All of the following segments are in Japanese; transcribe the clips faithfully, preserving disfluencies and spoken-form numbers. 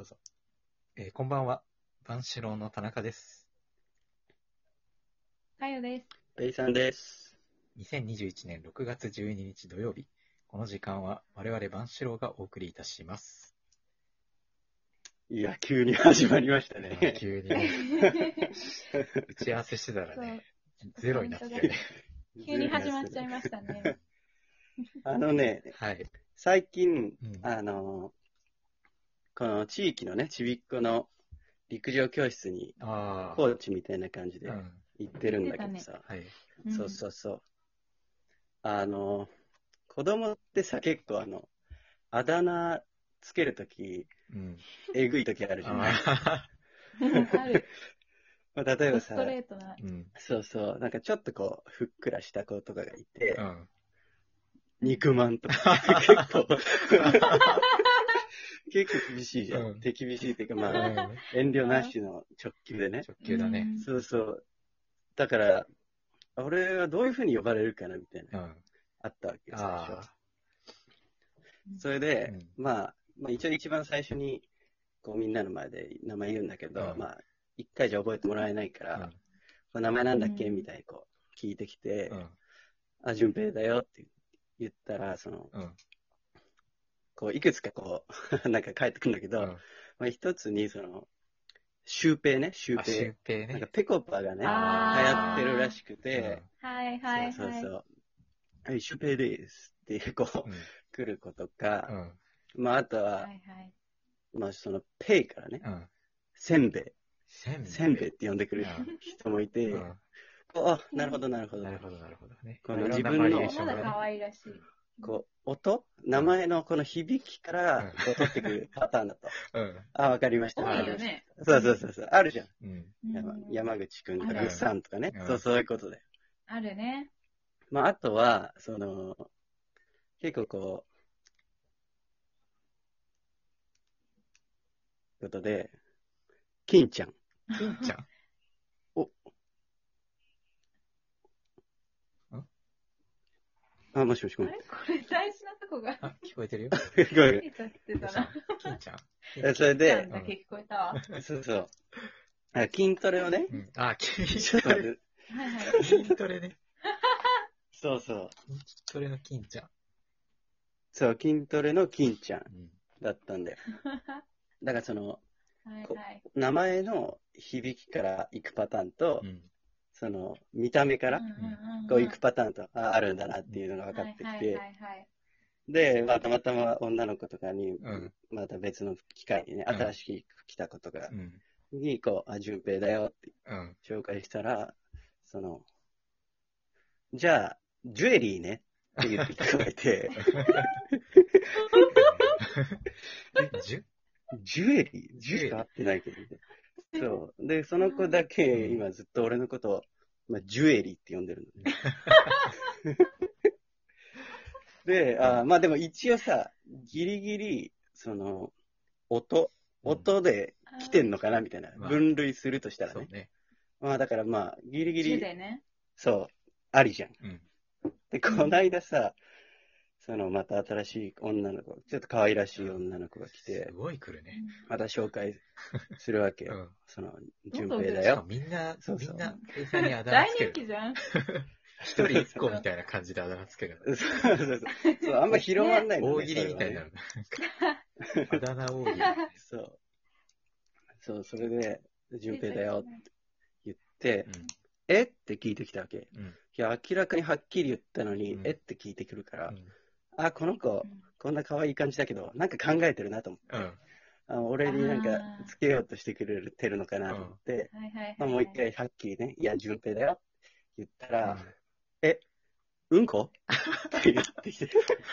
どうぞ。えーこんばんは。万志郎の田中です。 かよです。 ペイさんです。 にせんにじゅういちねんろくがつじゅうににち土曜日。この時間は我々万志郎がお送りいたします。 いや、急に始まりましたいやーね。 急にね、打ち合わせしてたらね、ゼロになってるね。 急に始まっちゃいましたね。 あのね、 はい。 最近、 うんあの、この地域のね、ちびっこの陸上教室にあコーチみたいな感じであ、うん。 行ってるんだけどさ、 はい。 そうそうそう。あの、子供ってさ、結構あの、あだ名つけるとき、 うん。 えぐいときあるじゃん。 あある。 まあ例えばさスト、レートな。 ーうん。 そうそう、なんかちょっとこう、ふっくらした子とかがいて、 うん。 肉まんとか、結構、結構厳しいじゃん。 うん手厳しいっていうか、まあ、 うん。 遠慮なしの直球でね。 直球だね。 そうそう。だから、俺はどういうふうに呼ばれるかなみたいな、 うん。 あったわけよ、最初。 ああ。 それで、 うんまあ、まあ、一応一番最初に、こうみんなの前で名前言うんだけど、 うんまあ、一回じゃ覚えてもらえないから、 うんこれ名前なんだっけうんみたいにこう、聞いてきて、 うん。 あ、順平だよって言ったら、その、 うん。 こう、いくつかこう、なんか返ってくるんだけど、 うん。 まあ、一つに、その、シュウペイね、シュウあ、 ペイ。 シュウペイね。 なんか、ペコパがね、流あー行ってるらしくて、 はいはいはい。 そうそうそう。はい、シュウペイですって、こう、 うん。 来る子とか、 うん。 まあ、あとは、 はいはい。 まあ、その、ペイからね、 うん。 せんべい、 せんべい。 せんべいって呼んでくるうん人もいて、 うんこうあ、なるほど、なるほど。 なるほど、なるほどね。 このまあいろんな自分のバリエーションがね。 まだ可愛らしい。 こう、音名前のこの響きからうんこう取ってくるパターンだと。 うん。 あ、わかりました。 多わかりましいよね。 た。そうそうそうそう。あるじゃん。 うん。 山うん山口くんとか、 あるぐっさんとかね。 うんそう、そういうことで。 あるね。 まあ、あとは、その、結構こう、ことで、金ちゃん。 金ちゃんあ、もしもし、ごめん。 あれこれ大事なとこがあ、聞こえてるよ。 ごめん切れちゃってたな。 金ちゃんえそれで金ちゃんだけ聞こえたわ。 そうそう。あ筋トレをね、 うん。あ、筋ちょっとトレ。 待って。 はいはい。 筋トレね。 そうそう。 筋トレの金ちゃん。 そう、筋トレの金ちゃんうん。 だったんだよ。だからその、こはいはい。 名前の響きから行くパターンと、 うん。 その、見た目からうんうんうんこう行くパターンと、ああるんだなっていうのが分かってきて、 はいはいはいはい。 で、まあ、たまたま女の子とかに、 うんまた別の機会にね、 うん新しく来た子とかうん。 に、こう、あ、順平だよってうん。 紹介したら、その、じゃあ、ジュエリーねって言ってきた子がいて、 じゅジュエリージュしか合ってないけどね。そう。で、その子だけ今ずっと俺のことを、まあ、ジュエリーって呼んでるのね。で、あまあでも一応さ、ギリギリ、その、音、音で来てんのかなみたいな。 まあ分類するとしたらね。 そうね。 まあだからまあ、ギリギリ、 ジュでね。 そう、ありじゃん。 うん。 で、この間さ、そのまた新しい女の子、ちょっと可愛らしい女の子が来すて、 ごい来るね。 また紹介するわけよ。 うん。 その、順平だしかもよ。 みんな、 そうそうみんな、ペイさんにあだ名大つける。 人気じゃん。 一人一個みたいな感じであだ名つけるの。 そうそうそう。そう、あんま広まんないのね。 大喜利みたいになそれはねる。あだ名大喜利。 そう。そう、それで、順平だよって言って、えって聞いてきたわけ。 うん。うん。 いや、明らかにはっきり言ったのに、 うんえって聞いてくるから、 うん。 あ、この子、こんな可愛い感じだけど、なんか考えてるなと思って、 うん。 あ俺になんかあーつけようとしてくれてるのかなと思って、 はいはいはい。 まあ、もう一回はっきりね、いや、順平だよって言ったら、 うんえ、うんこって言ってきて、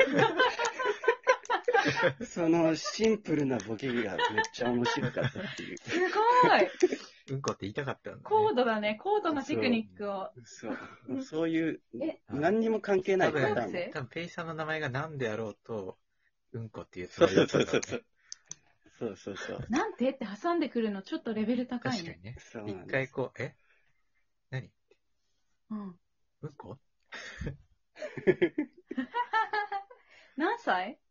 そのシンプルなボケがめっちゃ面白かったっていう。 すごいうんこって言いたかったんだね。 高度だね。高度なテクニックを。 そう。そういうえ、 何にも関係ない多分、 パターンも。 生多分ペイさんの名前が何であろうと、うんこっていうつそうもりだそうそうそうったんだろうね。。 そうそうそう。 なんてって挟んでくるのちょっとレベル高いね。 確かにね。一そうなんです回こう、え何うん。 うんこ何歳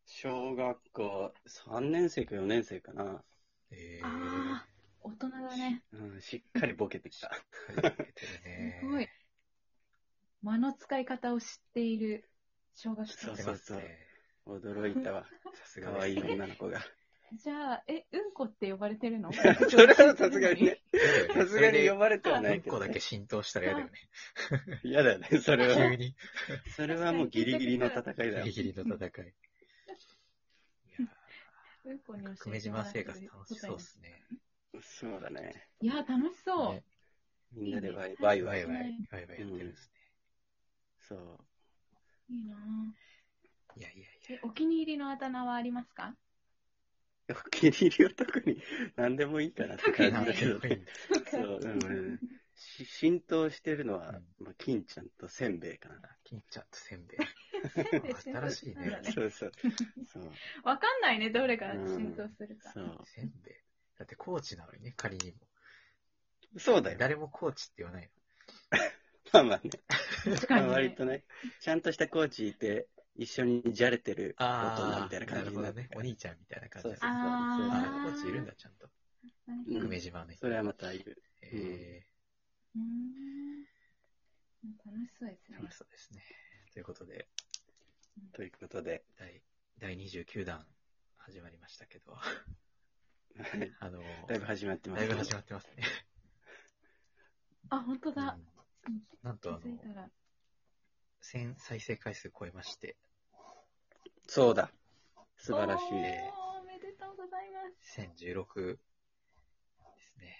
小学校さんねん生かよねん生かな。 えああ、大人だね。 うん、しっかりボケてきた。 ー、かけてるね。 すごい。間の使い方を知っている小学生。 そう出ますね。 驚いたわ。 さすがです可愛い女の子が。 じゃあ、え、うんこって呼ばれてるのそれはさすがにね。 嫌だよね。 さすがに呼ばれてはそれでうんこだけないけどね。 浸透したら嫌だよね。 嫌だよね、それは。 急に。 それはもうギリギリの戦いだよギリ。ギリの戦い。いやうんこに教えてー、久米島生活楽しそうですね。 そうだね。 いや、楽しそう。 ねみんなでワイいいねワイワイ。 ワイワイ、ワイワイやってるんですそう。 いいなぁ。 ね。いやいやいや。 え、お気に入りのあだ名はありますか？ お気に入りは特に何でもいいかなって感じだけどね。 特にそう、うん。し浸透してるのは、 うんまあ、金ちゃんとせんべいかな。 金ちゃんとせんべい。 せんべい浸透新しいねしたんだね。 そうそう。そう。 わかんないね、どれが浸透するか。 そう。 せんべい。だって高知なのにね、仮にも。 そうだよ。 誰も高知って言わないまあまあね。まあ確かに、ね。 割とね、ちゃんとしたコーチいて、一緒にじゃれてるの。 大人あみたいなあ、なるほどね。 感じになってるお兄ちゃんみたいな感じですそうそうそう。 あーああ、高知いるんだ、ちゃんと。 うん久米島ね。 それはまたいる。 えうーん。楽しそうですー、 ね。 楽しそうですね。ということで、 ということで、 第、第にじゅうきゅうだん始まりましたけど、 はいあの、 だいぶ始まってますけど。 だいぶ始まってますね。 あ、本当だ。 うんうんなんとあの気づいたら。 せん再生回数超えまして、 そうだ。素晴らしい。 おーおめでとうございます。 せんじゅうろくですね。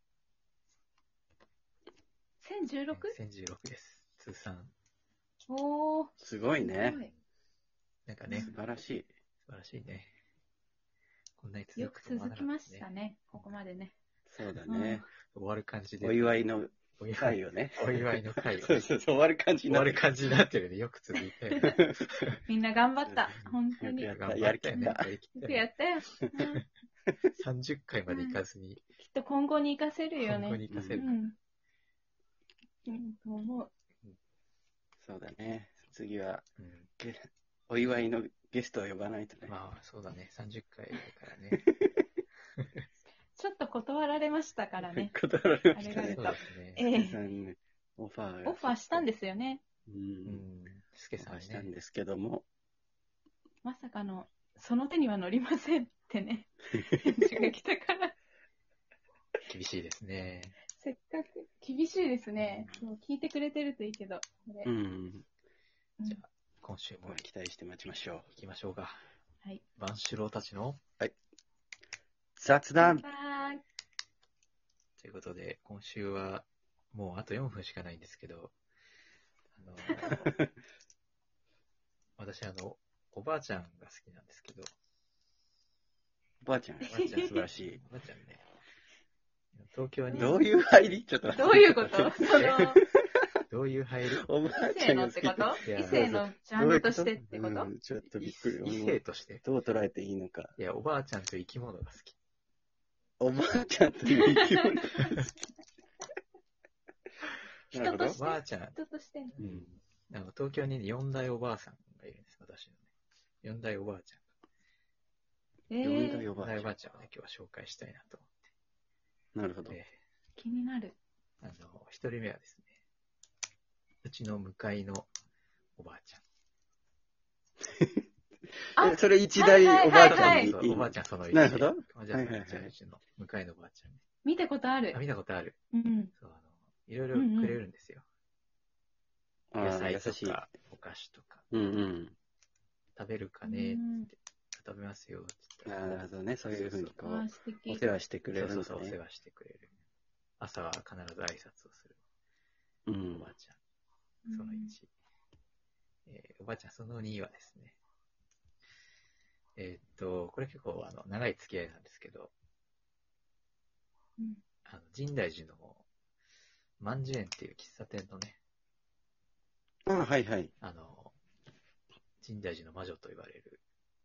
せんじゅうろく? せんじゅうろくです。通算。 おー。 すごいねす。ごいなんかね、 素晴らしい。 素晴らしいね。こんなによく続くと思わな続きかったですね。 ましたね、ここまでね。 そうだね。 終わる感じで。 お祝いのお祝い会をね。 お祝いの会をねそうそうそう、終わる感じ終になってる。 わる感じになってるね。よく続いたよね。 みんな頑張った。本当に。よよくやった頑張ったよね。 ややりきったよね。 くやったよ。うんさんじゅっかいまで行かずに、 きっと今後に活かせるよね。 今後に行かせる。 うん。うん、と思う。 そうだね。次は、 うんゲお祝いのゲストを呼ばないとね。 まあ、そうだね。さんじゅっかいだからね。 ちょっと断られましたからね。 断られましたねあれが。 そうですね。 えさえ。 んねオファーがオファーしたんですよね。 う。 うんん。スケオフさんね。 ァーしたんですけども、 まさかの、その手には乗りませんってね。返事が来たから。 厳しいですね。 せっかく、厳しいですね。そう聞いてくれてるといいけど。これうん。 うんじゃあ、今週もまあ期待して待ちましょう。 行きましょうか。 はい。 万志郎たちの雑談バイということで、今週はもうあとよんぷんしかないんですけど、あの、私あの、おばあちゃんが好きなんですけど、 おばあちゃん、 おばあちゃん素晴らしい。 おばあちゃんね、東京に、 どういう入りちょっと待って。 どういうことその、 どういう入りおばあ異性ちゃんが好きのってこといや異性のジャンルとしてってことうんちょっとびっくり。 異性としてどう捉えていいのか。 いや、おばあちゃんという生き物が好き。 おばあちゃんという生き物が好き。なるほど人と。しておばあちゃん、 人として。 うん。あの東京にね、よん代おばあさんがいるんです、私のね。よん代おばあちゃん。 え呼んー、 だおばあちゃんよん代おばあちゃんをね、今日は紹介したいなと思っなるほどて。。え気になる。 ーあの、一人目はですね、うちの向かいのおばあちゃん。 あえ、それ一代おばあちゃんでいいそうおばあちゃんその一なるほどおばあちゃんそのはいはいはい一うちの向かいのおばあちゃんね。 見たことあるあ、。見たことある。 うん。 そう、あの、いろいろくれるんですよ。 あー野菜優しい。 とか、お菓子とか、 うんうん。 食べるかうねんって、食べますよってあー言ったら。 なるほどね。そういうふうにこあーう、 素敵。 お世話してくれるんだそうそうそう、お世ね。 話してくれる。朝は必ず挨拶をする。 うんおばあちゃん。そのいち。えーおばあちゃんそのにはですね、えーっと、これ結構あの長い付き合いなんですけど、 うんあの深大寺の万寿園っていう喫茶店のね、 あーはいはい。 あの、深大寺の魔女と言われる、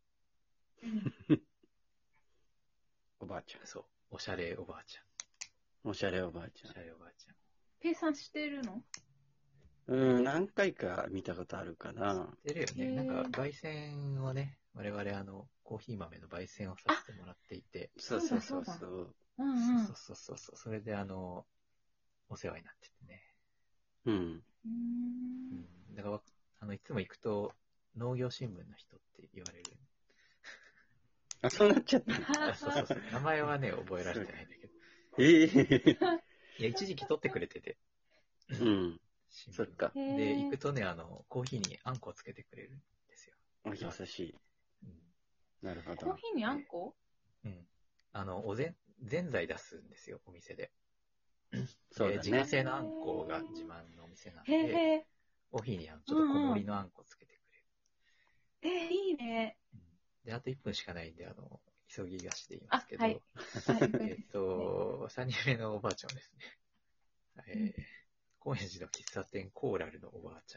おばあちゃそう、おしゃれおばあちゃん。 ん。おしゃれおばあちおしゃれおばあちゃん。 ペイさんしてるのゃん。うん、何回か見たことあるかな。 出るよね。 へーなんか、凱旋をね、 我々あの、コーヒー豆の焙煎をさせてもらっていて、 そうそうそうそうだそう。 うんうん。 そうそうそうそう、それであの、お世話になっててね。 うん。 うー。 うんん。だから、あの、いつも行くと、農業新聞の人って言われる。 あ、そうなっちゃった。 あ、そうそうそう。名前はね、覚えられてないんだけど。 ええいや、一時期取ってくれてて。 うん。 新聞そっか。 へーで、行くとね、あの、コーヒーにあんこをつけてくれるんですよ。 あ、優しい。 うん。 なるほど。 コーヒーにあんこうん。あの、おぜん、ぜんざい出すんですよ、お店で。で、 そうだね。 自家製のあんこが自慢のお店なんへで、 え。 コーヒーにあのちょっと小盛りのあんこつけてくれる。 えー、いいね。 うんで、あといっぷんしかないんで、あの、急ぎ足で言いますけど、 あはいはいえっと、さんにんめのおばあちゃんはですね、えー、高円寺の喫茶店コーラルのおばあちゃ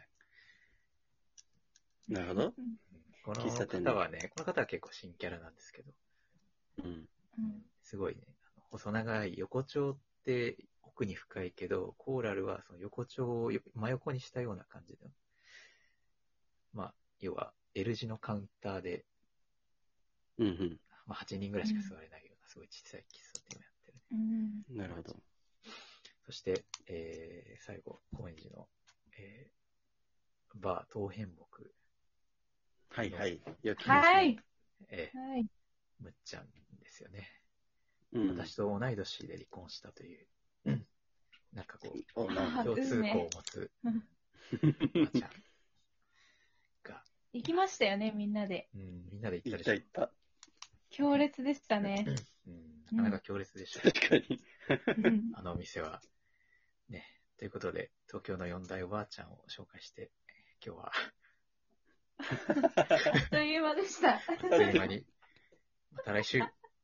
ん。 なるほど。 うんこの喫茶店ね方はね、この方は結構新キャラなんですけど、 うん。 うんすごいね、あの細長い横丁って奥に深いけど、コーラルはその横丁をよ真横にしたような感じで、まあ、要は L 字のカウンターで、 うんうん。 まあ、はちにんぐらいしか座れないような、すごい小さい喫茶店をやってる。 うんなるほど。 そして、えー、最後、高円寺の、えー、バー、東変木、 はいはい。よく聞きますねはい。 えはい。 ー、むっちゃんですよね。 うん。 私と同い年で離婚したという、なんかこう、 お、なるほあど。 共通項を持つうんおばあちゃんが、 行きましたよね、みんなで。 うん、みんなで行った行っでしたょ。 行った。 強烈でしたね。 うん、なかなか強烈でした。 確かに。 うんあのお店は。ね。ということで、東京の四大おばあちゃんを紹介して、今日は、 あっという間でした。 あっという間に、また来週。